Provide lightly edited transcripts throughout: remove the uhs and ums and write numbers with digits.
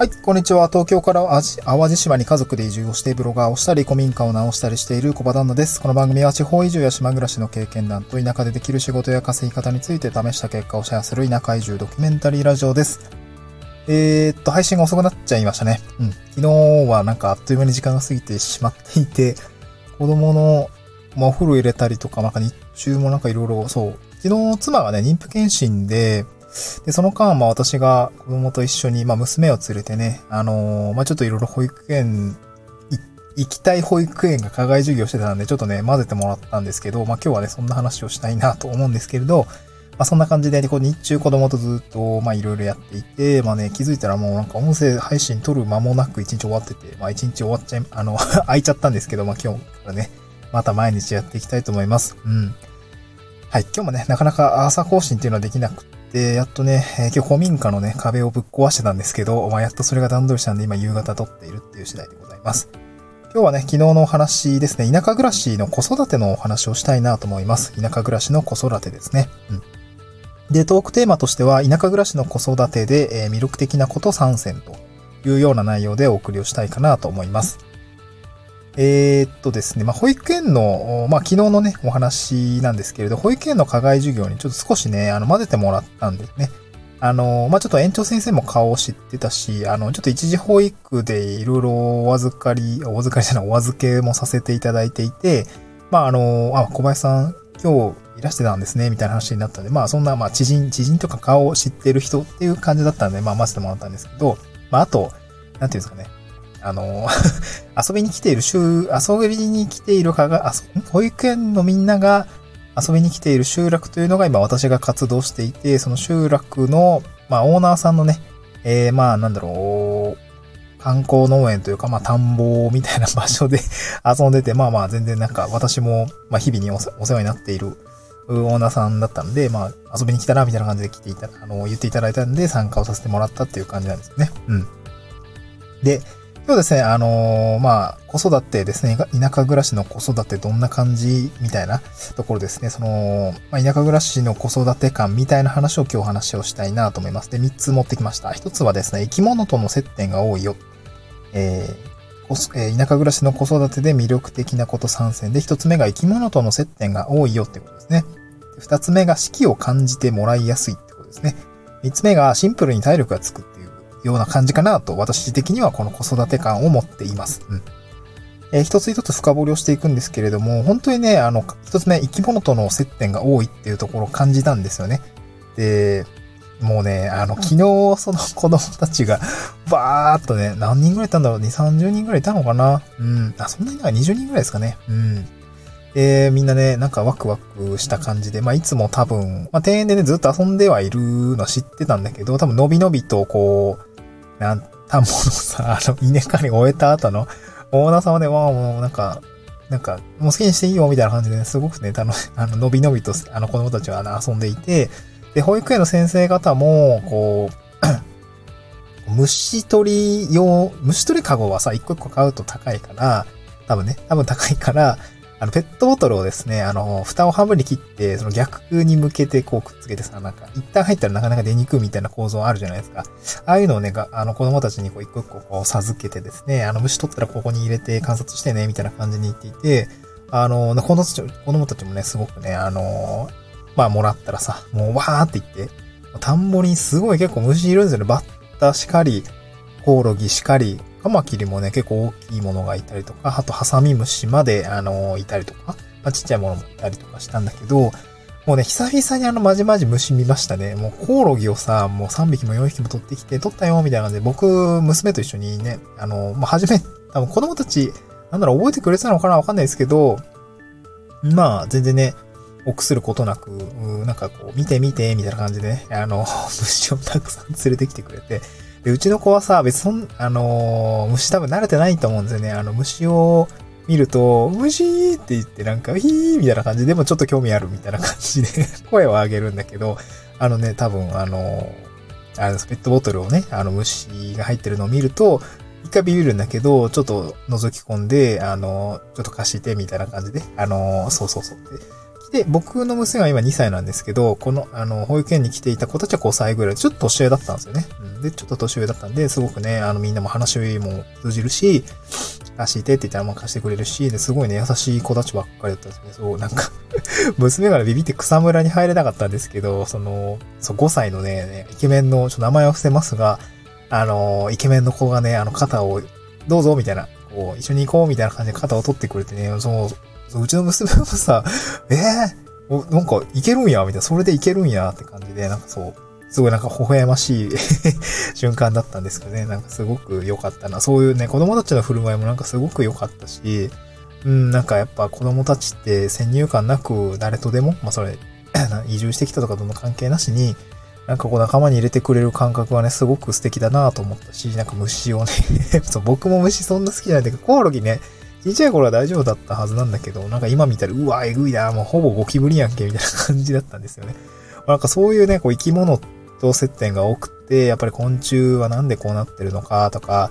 はい、こんにちは。東京から淡路島に家族で移住をしてブロガーをしたり、古民家を直したりしている小場旦那です。この番組は地方移住や島暮らしの経験談と田舎でできる仕事や稼ぎ方について試した結果をシェアする田舎移住ドキュメンタリーラジオです。配信が遅くなっちゃいましたね。昨日はなんかあっという間に時間が過ぎてしまっていて、子供の、お風呂入れたりとか、日中もなんかいろいろ、昨日妻がね、妊婦検診で、その間、私が子供と一緒に、娘を連れてね、ちょっといろいろ行きたい保育園が課外授業してたんで、ちょっとね、混ぜてもらったんですけど、今日はね、そんな話をしたいなと思うんですけれど、そんな感じで、日中子供とずっと、いろいろやっていて、気づいたらもうなんか音声配信撮る間もなく一日終わってて、一日終わっちゃ空いちゃったんですけど、今日からね、また毎日やっていきたいと思います。はい、今日もね、なかなか朝更新っていうのはできなくて、やっとね、今日古民家のね、壁をぶっ壊してたんですけど、やっとそれが段取りしたんで、今夕方撮っているっていう次第でございます。今日はね、昨日のお話ですね、田舎暮らしの子育てのお話をしたいなと思います。田舎暮らしの子育てですね。で、トークテーマとしては、田舎暮らしの子育てで、魅力的なこと3選というような内容でお送りをしたいかなと思います。ですね、保育園の、昨日のね、お話なんですけれど、保育園の課外授業にちょっと少しね、混ぜてもらったんですね。ちょっと園長先生も顔を知ってたし、ちょっと一時保育でいろいろお預けもさせていただいていて、小林さん、今日いらしてたんですね、みたいな話になったんで、そんな、知人とか顔を知ってる人っていう感じだったんで、混ぜてもらったんですけど、あと、なんていうんですかね。遊びに来ている保育園のみんなが遊びに来ている集落というのが今私が活動していて、その集落の、オーナーさんのね、観光農園というか、田んぼみたいな場所で遊んでて、全然なんか私も、日々にお世話になっているオーナーさんだったんで、遊びに来たらみたいな感じで言っていただいたんで参加をさせてもらったっていう感じなんですよね。で、今日ですね、子育てですね、田舎暮らしの子育てどんな感じみたいなところですね、田舎暮らしの子育て感みたいな話を今日話をしたいなと思います。で、3つ持ってきました。1つはですね、生き物との接点が多いよ。田舎暮らしの子育てで魅力的なこと3選で、1つ目が生き物との接点が多いよってことですね。2つ目が四季を感じてもらいやすいってことですね。3つ目がシンプルに体力がつくっていうような感じかなと、私的にはこの子育て感を持っています。一つ一つ深掘りをしていくんですけれども、本当にね、一つ目、生き物との接点が多いっていうところを感じたんですよね。で、もうね、昨日その子供たちが、バーっとね、何人ぐらいいたんだろう ?2、30人ぐらいいたのかなそんなに20人ぐらいですかね。みんなね、なんかワクワクした感じで、いつも多分、庭園でね、ずっと遊んではいるの知ってたんだけど、多分のびのびとこう、田んぼのさ、稲刈り終えた後の、オーナーさんはね、もうなんか、もう好きにしていいよ、みたいな感じでね、すごくね、のびのびと、子供たちは遊んでいて、で、保育園の先生方も、こう、虫取りカゴはさ、一個一個買うと高いから、多分高いから、ペットボトルをですね、蓋を半分に切って、その逆に向けてこうくっつけてさ、一旦入ったらなかなか出にくいみたいな構造あるじゃないですか。ああいうのをね、子供たちにこう一個一個こう授けてですね、虫取ったらここに入れて観察してね、みたいな感じに言っていて、子供たちもね、すごくね、もらったらさ、もうわーって言って、田んぼにすごい結構虫いるんですよね。バッタしかり、コオロギしかり、カマキリもね、結構大きいものがいたりとか、あとハサミムシまで、いたりとか、ちっちゃいものもいたりとかしたんだけど、もうね、久々にまじまじ虫見ましたね。もうコオロギをさ、もう3匹も4匹も取ってきて、取ったよ、みたいな感じで、僕、娘と一緒にね、多分子供たち、覚えてくれてたのかなわかんないですけど、全然ね、臆することなく、なんかこう、見て、みたいな感じでね、虫をたくさん連れてきてくれて、で、うちの子はさ、虫多分慣れてないと思うんですよね。虫を見ると、虫って言ってなんか、ヒーみたいな感じでもちょっと興味あるみたいな感じで声を上げるんだけど、多分、ペットボトルをね、虫が入ってるのを見ると、一回ビビるんだけど、ちょっと覗き込んで、ちょっと貸してみたいな感じで、そうって来で、僕の娘は今2歳なんですけど、保育園に来ていた子たちは5歳ぐらい、ちょっと年上だったんですよね。で、ちょっと年上だったんで、すごくね、みんなも話も通じるし、貸してって言ったら貸してくれるし、で、すごいね、優しい子たちばっかりだったんですよね。そう、なんか娘からビビって草むらに入れなかったんですけど、5歳のね、イケメンの、名前は伏せますが、イケメンの子がね、肩を、どうぞ、みたいな、一緒に行こう、みたいな感じで肩を取ってくれてね、うちの娘もさ、なんか、いけるんや、みたいな、それでいけるんや、って感じで、なんかすごいなんか微笑ましい瞬間だったんですけどね、なんかすごく良かったな。そういうね、子供たちの振る舞いもなんかすごく良かったし、なんかやっぱ子供たちって先入観なく誰とでも、移住してきたとかとの関係なしに、なんか仲間に入れてくれる感覚はね、すごく素敵だなと思ったし、なんか虫をね僕も虫そんな好きなんだけど、コオロギね、ちっちゃい頃は大丈夫だったはずなんだけど、なんか今見たら、うわ、えぐいな、もうほぼゴキブリやんけ、みたいな感じだったんですよね。なんかそういうね、生き物と接点が多くて、やっぱり昆虫はなんでこうなってるのかとか、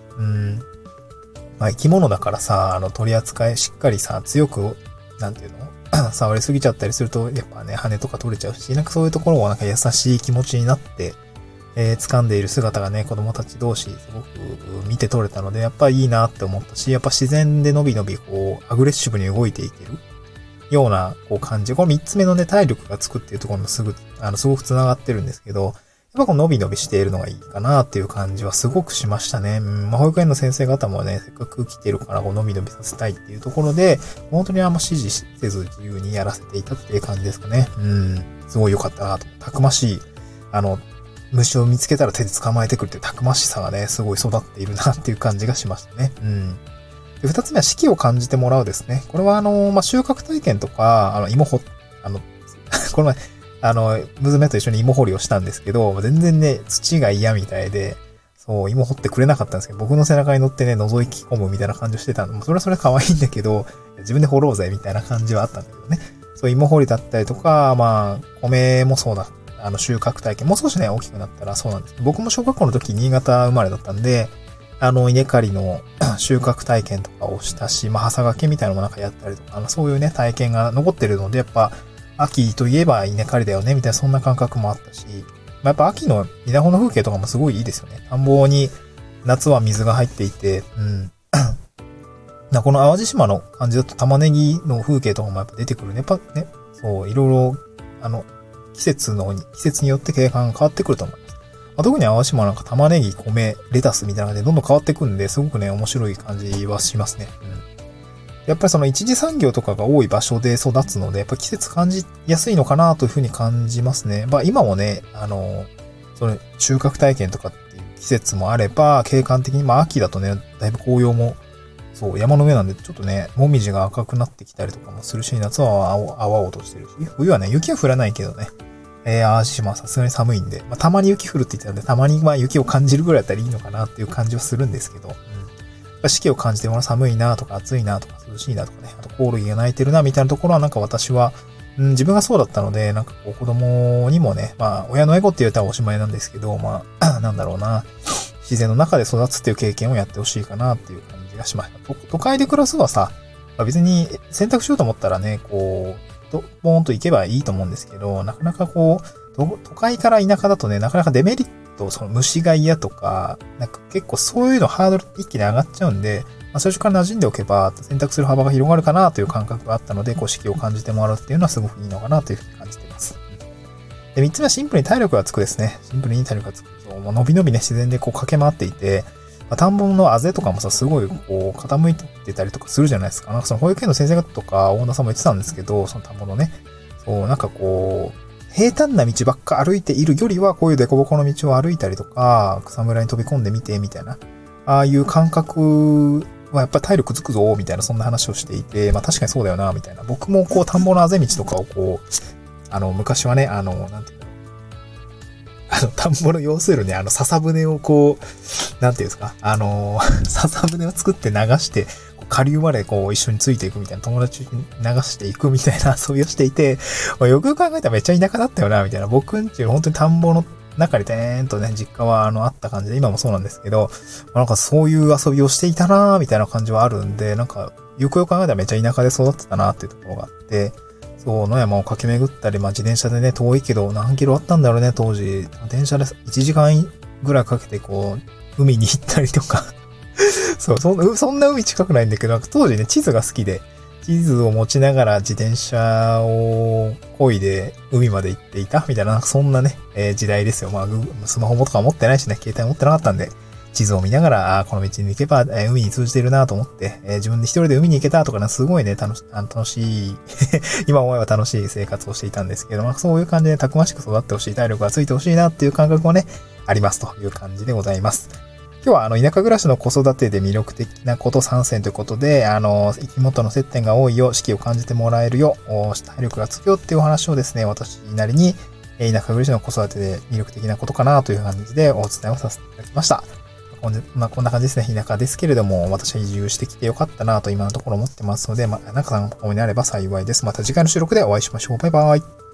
生き物だからさ、取り扱いしっかりさ、強く、なんていうの触りすぎちゃったりすると、やっぱね、羽とか取れちゃうし、なんかそういうところをなんか優しい気持ちになって、掴んでいる姿がね、子供たち同士すごく見て取れたので、やっぱいいなって思ったし、やっぱ自然でのびのびアグレッシブに動いていけるような感じ。この3つ目のね、体力がつくっていうところもすごく繋がってるんですけど、やっぱのびのびしているのがいいかなっていう感じはすごくしましたね。保育園の先生方もね、せっかく来てるからのびのびさせたいっていうところで、本当に指示せず自由にやらせていたっていう感じですかね。すごい良かったなと。たくましい、虫を見つけたら手で捕まえてくるってたくましさがね、すごい育っているなっていう感じがしましたね。で、二つ目は四季を感じてもらうですね。これは収穫体験とか、この前、娘と一緒に芋掘りをしたんですけど、全然ね、土が嫌みたいで、そう、芋掘ってくれなかったんですけど、僕の背中に乗ってね、覗き込むみたいな感じをしてたの。それはそれ可愛いんだけど、自分で掘ろうぜみたいな感じはあったんだけどね。そう、芋掘りだったりとか、米もそうだ。収穫体験、もう少しね、大きくなったらそうなんです。僕も小学校の時、新潟生まれだったんで、稲刈りの収穫体験とかをしたし、葉差掛けみたいなのもなんかやったりとか、そういうね、体験が残ってるので、やっぱ、秋といえば稲刈りだよね、みたいなそんな感覚もあったし、やっぱ秋の稲穂の風景とかもすごいいいですよね。田んぼに夏は水が入っていて、この淡路島の感じだと玉ねぎの風景とかもやっぱ出てくるね。やっぱね、そう、いろいろ、季節によって景観が変わってくると思います。特に淡路島なんか玉ねぎ、米、レタスみたいな感じでどんどん変わってくんで、すごくね、面白い感じはしますね。やっぱりその一次産業とかが多い場所で育つので、やっぱ季節感じやすいのかなというふうに感じますね。今もね、その収穫体験とかっていう季節もあれば、景観的に、秋だとね、だいぶ紅葉も、そう、山の上なんでちょっとね、もみじが赤くなってきたりとかもするし、夏は青々としてるし、冬はね、雪は降らないけどね、淡路島はさすがに寒いんで、たまに雪降るって言ってたんで、たまに雪を感じるぐらいだったらいいのかなっていう感じはするんですけど、四季を感じてもらう寒いなとか暑いなとか涼しいなとかね、あとコオロギが鳴いてるなみたいなところはなんか私は、自分がそうだったので、なんか子供にもね、親のエゴって言ったらおしまいなんですけど、なんだろうな、自然の中で育つっていう経験をやってほしいかなっていう感じがしました。都会で暮らすはさ、別に選択しようと思ったらね、ポーンと行けばいいと思うんですけど、なかなか都会から田舎だとね、なかなかデメリット、その虫が嫌とか、なんか結構そういうのハードル一気に上がっちゃうんで、最初から馴染んでおけば選択する幅が広がるかなという感覚があったので、四季を感じてもらうっていうのはすごくいいのかなというふうに感じています。で、三つ目はシンプルに体力がつくですね。シンプルに体力がつく。のびのびね、自然で駆け回っていて、田んぼのあぜとかもさ、すごい傾いてたりとかするじゃないですか。なんかその保育園の先生方とか、オーナーさんも言ってたんですけど、その田んぼのね、なんか平坦な道ばっか歩いているよりは、こういう凸凹の道を歩いたりとか、草むらに飛び込んでみて、みたいな。ああいう感覚はやっぱ体力つくぞ、みたいな、そんな話をしていて、確かにそうだよな、みたいな。僕も田んぼのあぜ道とかを昔はね、なんていうの、田んぼの用水路に笹舟をなんていうんですか、笹舟を作って流して、下流まで一緒についていくみたいな、友達に流していくみたいな遊びをしていて、よく考えたらめっちゃ田舎だったよな、みたいな。僕んち本当に田んぼの中にてーんとね、実家はあった感じで、今もそうなんですけど、なんかそういう遊びをしていたなーみたいな感じはあるんで、なんか、よくよく考えたらめっちゃ田舎で育ってたなっていうところがあって、 そう、野山を駆け巡ったり、まあ自転車でね、遠いけど何キロあったんだろうね、当時。電車で1時間ぐらいかけてこう、海に行ったりとか。そう、そんな海近くないんだけど、なんか当時ね、地図が好きで、地図を持ちながら自転車を漕いで海まで行っていたみたいな、そんなね、時代ですよ。まあ、スマホとか持ってないしね、携帯持ってなかったんで、地図を見ながら、この道に行けば、海に通じているなと思って、自分で一人で海に行けたとかね、すごいね、楽しい、今思えば楽しい生活をしていたんですけど、まあ、そういう感じでたくましく育ってほしい、体力がついてほしいなっていう感覚もね、ありますという感じでございます。今日は田舎暮らしの子育てで魅力的なこと3選ということで、生き物の接点が多いよ、四季を感じてもらえるよ、体力がつくよっていうお話をですね、私なりに、田舎暮らしの子育てで魅力的なことかなという感じでお伝えをさせていただきました。まあ、こんな感じですね。田舎ですけれども、私は移住してきてよかったなと今のところ思ってますので、なんか参考になれば幸いです。また次回の収録でお会いしましょう。バイバイ。